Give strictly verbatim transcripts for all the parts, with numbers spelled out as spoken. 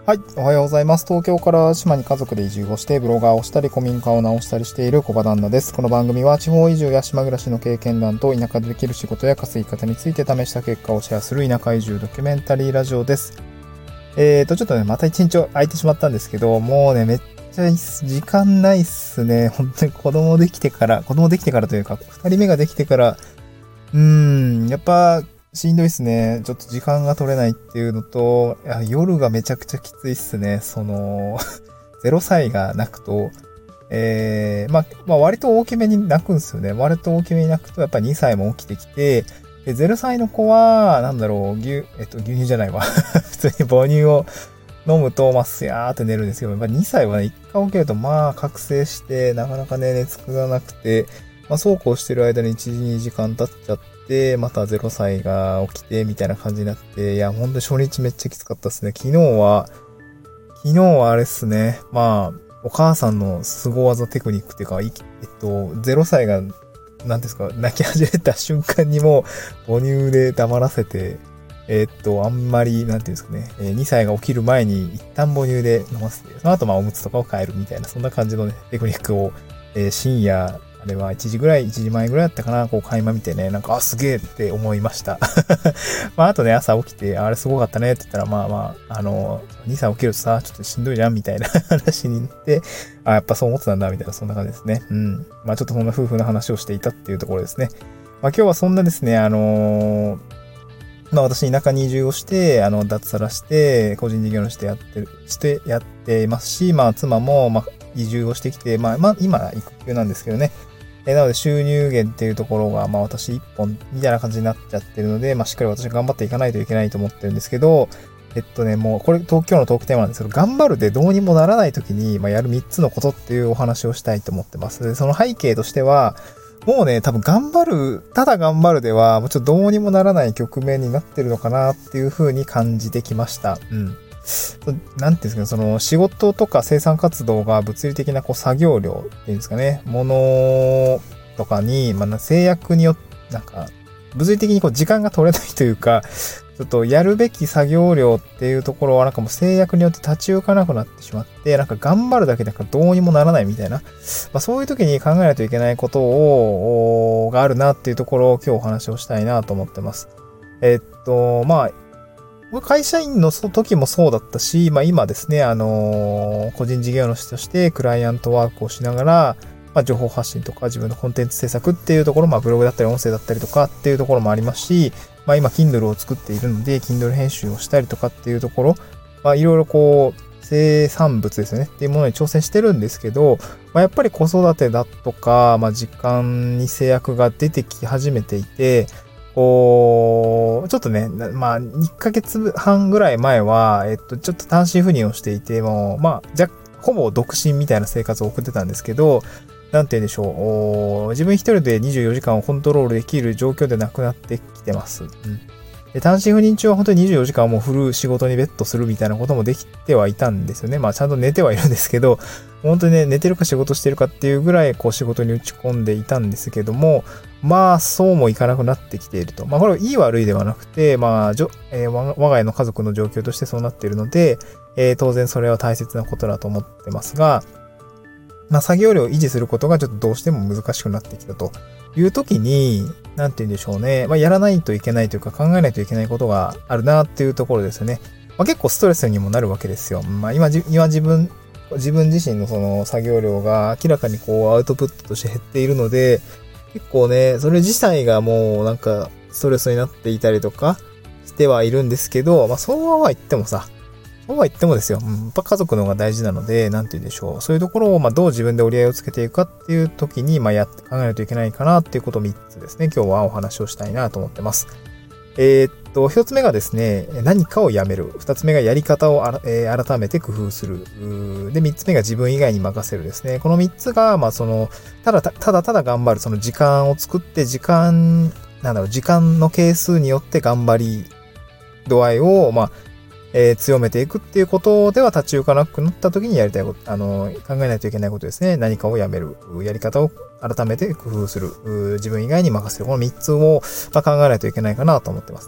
はい、おはようございます。東京から島に家族で移住をしてブロガーをしたり古民家を直したりしている小場旦那です。この番組は地方移住や島暮らしの経験談と田舎でできる仕事や稼ぎ方について試した結果をシェアする田舎移住ドキュメンタリーラジオです。えーとちょっとねまた一日空いてしまったんですけど、もうねめっちゃいいっす時間ないっすね。本当に子供できてから子供できてからというか二人目ができてからうーんやっぱしんどいっすね。ちょっと時間が取れないっていうのと、いや夜がめちゃくちゃきついっすね。その、ゼロさいが泣くと、えー、まあ、まあ割と大きめに泣くんですよね。割と大きめに泣くと、やっぱにさいも起きてきて、で、ゼロさいの子は、なんだろう、牛、えっと、牛乳じゃないわ。普通に母乳を飲むと、まあ、すやーって寝るんですけど、やっぱにさいはね、一回起きると、まあ、覚醒して、なかなかね、寝つくがなくて、まあ、そうこうしてる間にいち、にじかん経っちゃって、で、またゼロさいが起きて、みたいな感じになって、いや、ほんと初日めっちゃきつかったですね。昨日は、昨日はあれっすね。まあ、お母さんの凄技テクニックっていうか、えっと、ゼロさいが、なんですか、泣き始めた瞬間にもう、母乳で黙らせて、えっと、あんまり、なんていうんですかね、にさいが起きる前に一旦母乳で飲ませて、その後まあおむつとかを変えるみたいな、そんな感じのね、テクニックを、えー、深夜、あれはいちじぐらい、いちじまえぐらいだったかな、こう垣間見てね、なんか、あ、すげえって思いました。まあ、あとね、朝起きて、あれすごかったねって言ったら、まあまあ、あの、にさい起きるとさ、ちょっとしんどいじゃんみたいな話になって、あ、やっぱそう思ってたんだ、みたいな、そんな感じですね。うん。まあ、ちょっとそんな夫婦の話をしていたっていうところですね。まあ、今日はそんなですね、あのー、まあ私田舎に移住をして、あの、脱サラして、個人事業主してやってる、してやっていますし、まあ妻も、まあ移住をしてきて、まあまあ今育休なんですけどね。えなので収入源っていうところが、まあ私一本みたいな感じになっちゃってるので、まあしっかり私頑張っていかないといけないと思ってるんですけど、えっとね、もうこれ東京のトークテーマなんですけど、頑張るでどうにもならない時に、まあやるみっつのことっていうお話をしたいと思ってます。で、その背景としては、もうね、多分頑張る、ただ頑張るでは、もうちょっとどうにもならない局面になってるのかなっていう風に感じてきました。うん。なんていうんですかね、その仕事とか生産活動が物理的なこう作業量っていうんですかね、ものとかに、まあ、制約によって、なんか、物理的にこう時間が取れないというか、ちょっとやるべき作業量っていうところはなんかもう制約によって立ち行かなくなってしまって、なんか頑張るだけでなんかどうにもならないみたいな、まあそういう時に考えないといけないことを、があるなっていうところを今日お話をしたいなと思ってます。えっと、まあ、会社員の時もそうだったし、まあ今ですね、あのー、個人事業主としてクライアントワークをしながら、まあ情報発信とか自分のコンテンツ制作っていうところ、まあブログだったり音声だったりとかっていうところもありますし、まあ今 Kindle を作っているので Kindle 編集をしたりとかっていうところ、まあいろいろこう生産物ですよねっていうものに挑戦してるんですけど、まあやっぱり子育てだとか、まあ時間に制約が出てき始めていて、こう、ちょっとね、まあ、いっかげつはんぐらい前は、えっと、ちょっと単身赴任をしていて、もう、まあ、じゃ、ほぼ独身みたいな生活を送ってたんですけど、なんて言うんでしょう、自分一人でにじゅうよじかんをコントロールできる状況でなくなってきてます。うん。で、単身赴任中は本当ににじゅうよじかんもうフル仕事にベットするみたいなこともできてはいたんですよね。まあ、ちゃんと寝てはいるんですけど、本当にね、寝てるか仕事してるかっていうぐらい、こう仕事に打ち込んでいたんですけども、まあ、そうもいかなくなってきていると。まあ、これはいい悪いではなくて、まあ、じょえー、我が家の家族の状況としてそうなっているので、えー、当然それは大切なことだと思ってますが、まあ、作業量を維持することがちょっとどうしても難しくなってきたという時に、なんて言うんでしょうね。まあ、やらないといけないというか考えないといけないことがあるなっていうところですよね。まあ、結構ストレスにもなるわけですよ。まあ、今、今自分、自分自身のその作業量が明らかにこうアウトプットとして減っているので、結構ね、それ自体がもうなんかストレスになっていたりとかしてはいるんですけど、まあそうは言ってもさ、そうは言ってもですよ、うん、やっぱ家族の方が大事なので、なんて言うんでしょう。そういうところをまあどう自分で折り合いをつけていくかっていう時に、まあやって考えないといけないかなっていうことをみっつですね、今日はお話をしたいなと思ってます。えー、っと、一つ目がですね、何かをやめる。二つ目がやり方をあら、えー、改めて工夫する。で、三つ目が自分以外に任せるですね。この三つが、まあ、その、ただた、ただただ頑張る。その時間を作って、時間、なんだろう、時間の係数によって頑張り度合いを、まあ、えー、強めていくっていうことでは立ち行かなくなった時にやりたいこと、あの、考えないといけないことですね。何かをやめる。やり方を改めて工夫する。自分以外に任せる。このみっつを、まあ、考えないといけないかなと思ってますね。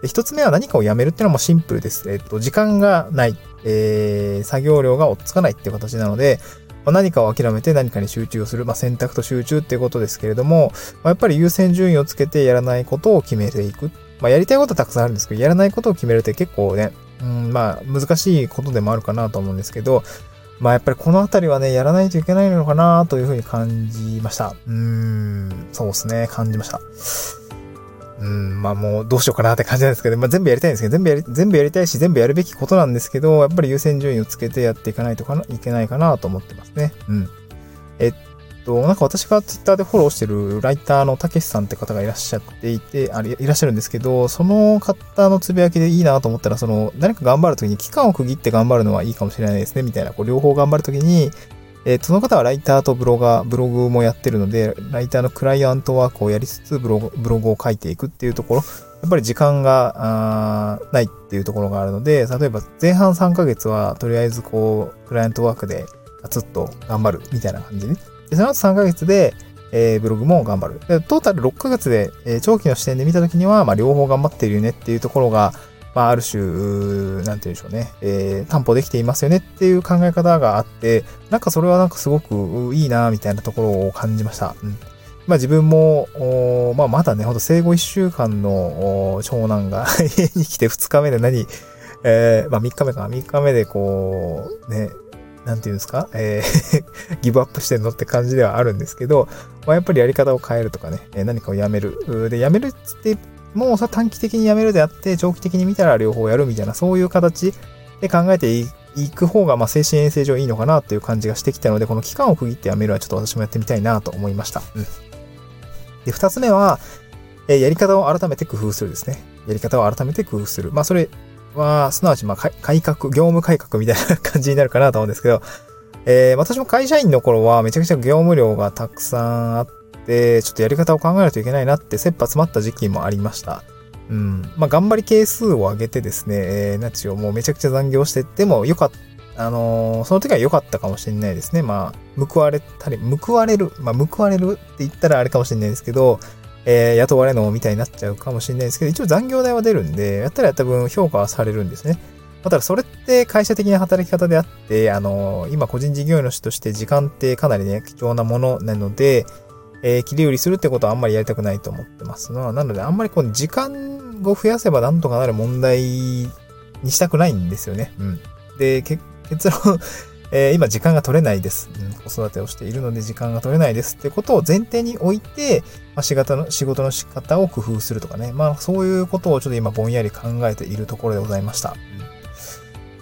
で一つ目は何かをやめるっていうのはもうシンプルです。えっと、時間がない、えー、作業量が追っつかないっていう形なので、まあ、何かを諦めて何かに集中をする。まあ、選択と集中っていうことですけれども、まあ、やっぱり優先順位をつけてやらないことを決めていく。まあ、やりたいことはたくさんあるんですけど、やらないことを決めるって結構ね、うん、まあ、難しいことでもあるかなと思うんですけど、まあ、やっぱりこのあたりはね、やらないといけないのかなというふうに感じました。うーん、そうですね、感じました。うん、まあもうどうしようかなって感じなんですけど、まあ全部やりたいんですけど、全部やり、全部やりたいし、全部やるべきことなんですけど、やっぱり優先順位をつけてやっていかないとかな、いけないかなと思ってますね。うん。えっと、なんか私がツイッターでフォローしてるライターのたけしさんって方がいらっしゃっていて、あれ、いらっしゃるんですけど、その方のつぶやきでいいなと思ったら、その、何か頑張るときに期間を区切って頑張るのはいいかもしれないですね、みたいな、こう両方頑張るときに、えー、その方はライターとブロガー、ブログもやってるので、ライターのクライアントワークをやりつつブログ、ブログを書いていくっていうところ、やっぱり時間がないっていうところがあるので、例えば前半さんかげつはとりあえずこう、クライアントワークでガツッと頑張るみたいな感じで、でその後さんかげつで、えー、ブログも頑張る。でトータルろっかげつで、えー、長期の視点で見たときには、まあ両方頑張ってるよねっていうところが、まあ、ある種、なんて言うんでしょうね、えー、担保できていますよねっていう考え方があって、なんかそれはなんかすごくいいなみたいなところを感じました。うん、まあ自分も、まあまだね、ほんと生後いっしゅうかんの長男が家に来てふつかめで何、えー、まあみっかめか、みっかめでこう、ね、なんていうんですか、えー、ギブアップしてんのって感じではあるんですけど、まあやっぱりやり方を変えるとかね、何かをやめる。で、やめるっつって、もうさ短期的にやめるであって、長期的に見たら両方やるみたいな、そういう形で考えていく方が、まあ、精神衛生上いいのかなっていう感じがしてきたので、この期間を区切ってやめるはちょっと私もやってみたいなと思いました。うん。で、二つ目は、えー、やり方を改めて工夫するですね。やり方を改めて工夫する。まあ、それは、すなわち、まあ、改革、業務改革みたいな感じになるかなと思うんですけど、えー、私も会社員の頃はめちゃくちゃ業務量がたくさんあって、で、ちょっとやり方を考えないといけないなって切羽詰まった時期もありました。うん。まあ、頑張り係数を上げてですね、えー、なんちゅう、もうめちゃくちゃ残業してってもよかった、あのー、その時は良かったかもしれないですね。まあ、報われたり、報われる、まあ、報われるって言ったらあれかもしれないですけど、えー、雇われのみたいになっちゃうかもしれないですけど、一応残業代は出るんで、やったらやった分評価はされるんですね。ただそれって会社的な働き方であって、あのー、今個人事業主として時間ってかなりね、貴重なものなので、えー、切り売りするってことはあんまりやりたくないと思ってますの。なので、あんまりこう、時間を増やせばなんとかなる問題にしたくないんですよね。うん。で、結論、えー、今時間が取れないです、うん。子育てをしているので時間が取れないですってことを前提に置いて、まあ、仕事の、仕事の仕方を工夫するとかね。まあ、そういうことをちょっと今ぼんやり考えているところでございました。うん、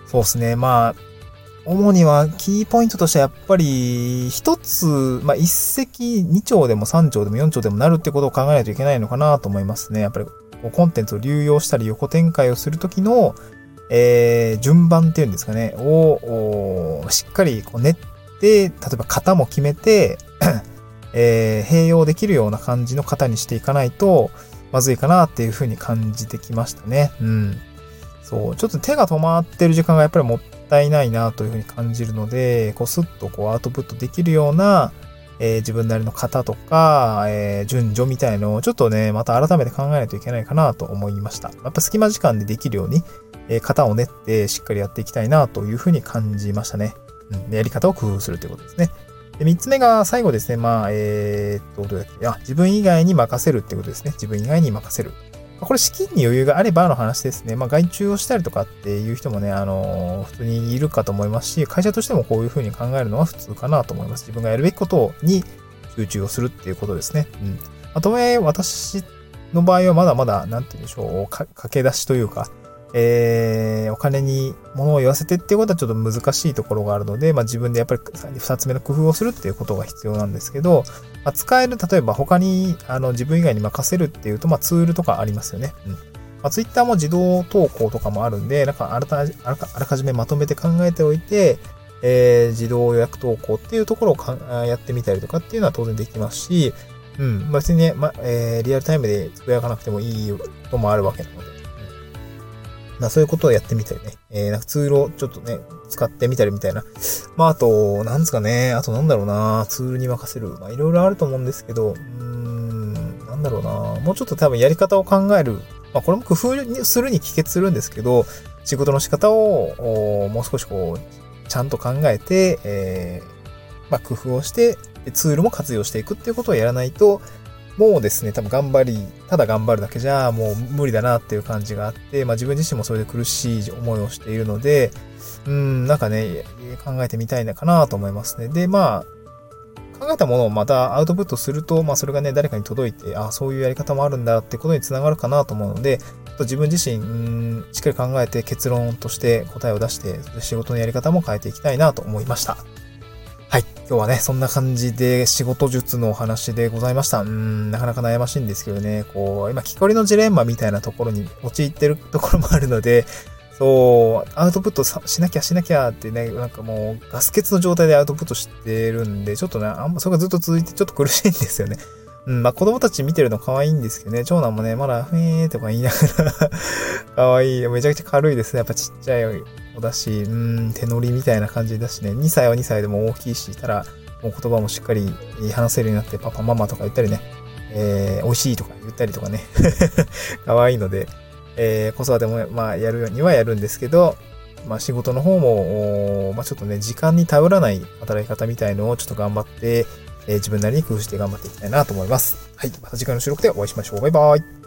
そうですね。まあ、主にはキーポイントとしてはやっぱり一つ、まあ一石二鳥でも三鳥でも四鳥でもなるってことを考えないといけないのかなと思いますね。やっぱりコンテンツを流用したり横展開をするときの、えー、順番っていうんですかね、をしっかりこう練って、例えば型も決めて、えー、併用できるような感じの型にしていかないとまずいかなっていうふうに感じてきましたね。うん。そう、ちょっと手が止まってる時間がやっぱりもったいもったいないなというふうに感じるので、こうスッとこうアウトプットできるような、えー、自分なりの型とか、えー、順序みたいのをちょっとね、また改めて考えないといけないかなと思いました。やっぱ隙間時間でできるように、えー、型を練ってしっかりやっていきたいなというふうに感じましたね。うん、やり方を工夫するということですね。で、三つ目が最後ですね。まあ、えー、っと、どうだっけ。あ、自分以外に任せるってことですね。自分以外に任せる。これ資金に余裕があればの話ですね。まあ外注をしたりとかっていう人もね、あのー、普通にいるかと思いますし、会社としてもこういうふうに考えるのは普通かなと思います。自分がやるべきことに集中をするっていうことですね。うん。まあ、とはいえ私の場合はまだまだ、なんて言うんでしょう、か駆け出しというか、えー、お金に物を言わせてっていうことはちょっと難しいところがあるので、まあ自分でやっぱり二つ目の工夫をするっていうことが必要なんですけど、まあ、使える、例えば他にあの自分以外に任せるっていうと、まあツールとかありますよね。うん。まあ、ツイッターも自動投稿とかもあるんで、なんかあらか、あらか、あらかじめまとめて考えておいて、えー、自動予約投稿っていうところをかやってみたりとかっていうのは当然できますし、うん。別にね、ま、えー、リアルタイムでつぶやかなくてもいいこともあるわけなので。まあそういうことをやってみたりね。えー、なんかツールをちょっとね、使ってみたりみたいな。まああと、なんですかね。あとなんだろうな。ツールに任せる。まあいろいろあると思うんですけど、うーん、なんだろうな。もうちょっと多分やり方を考えるまあこれも工夫にするに帰結するんですけど、仕事の仕方をもう少しこう、ちゃんと考えて、えー、まあ工夫をして、ツールも活用していくっていうことをやらないと、もうですね、多分頑張り、ただ頑張るだけじゃもう無理だなっていう感じがあって、まあ自分自身もそれで苦しい思いをしているので、うん、なんかね、考えてみたいのかなと思いますね。で、まあ、考えたものをまたアウトプットすると、まあそれがね、誰かに届いて、あ、そういうやり方もあるんだってことにつながるかなと思うので、ちょっと自分自身、うん、しっかり考えて結論として答えを出して、仕事のやり方も変えていきたいなと思いました。はい。今日はね、そんな感じで仕事術のお話でございました。うーん、なかなか悩ましいんですけどね、こう、今、木こりのジレンマみたいなところに陥ってるところもあるので、そう、アウトプットしなきゃしなきゃってね、なんかもうガス欠の状態でアウトプットしてるんで、ちょっとね、あんまそれがずっと続いてちょっと苦しいんですよね。うん、まあ子供たち見てるの可愛いんですけどね、長男もね、まだ、ふえーとか言いながら可愛い。めちゃくちゃ軽いですね。やっぱちっちゃい子だし、うん、手乗りみたいな感じだしね、にさいはにさいでも大きいし、たら、もう言葉もしっかり話せるようになって、パパママとか言ったりね、えー、美味しいとか言ったりとかね、可愛いので、えー、子育ても、まあ、やるにはやるんですけど、まあ、仕事の方も、まあ、ちょっとね、時間に頼らない働き方みたいのをちょっと頑張って、えー、自分なりに工夫して頑張っていきたいなと思います。はい。また次回の収録でお会いしましょう。バイバイ。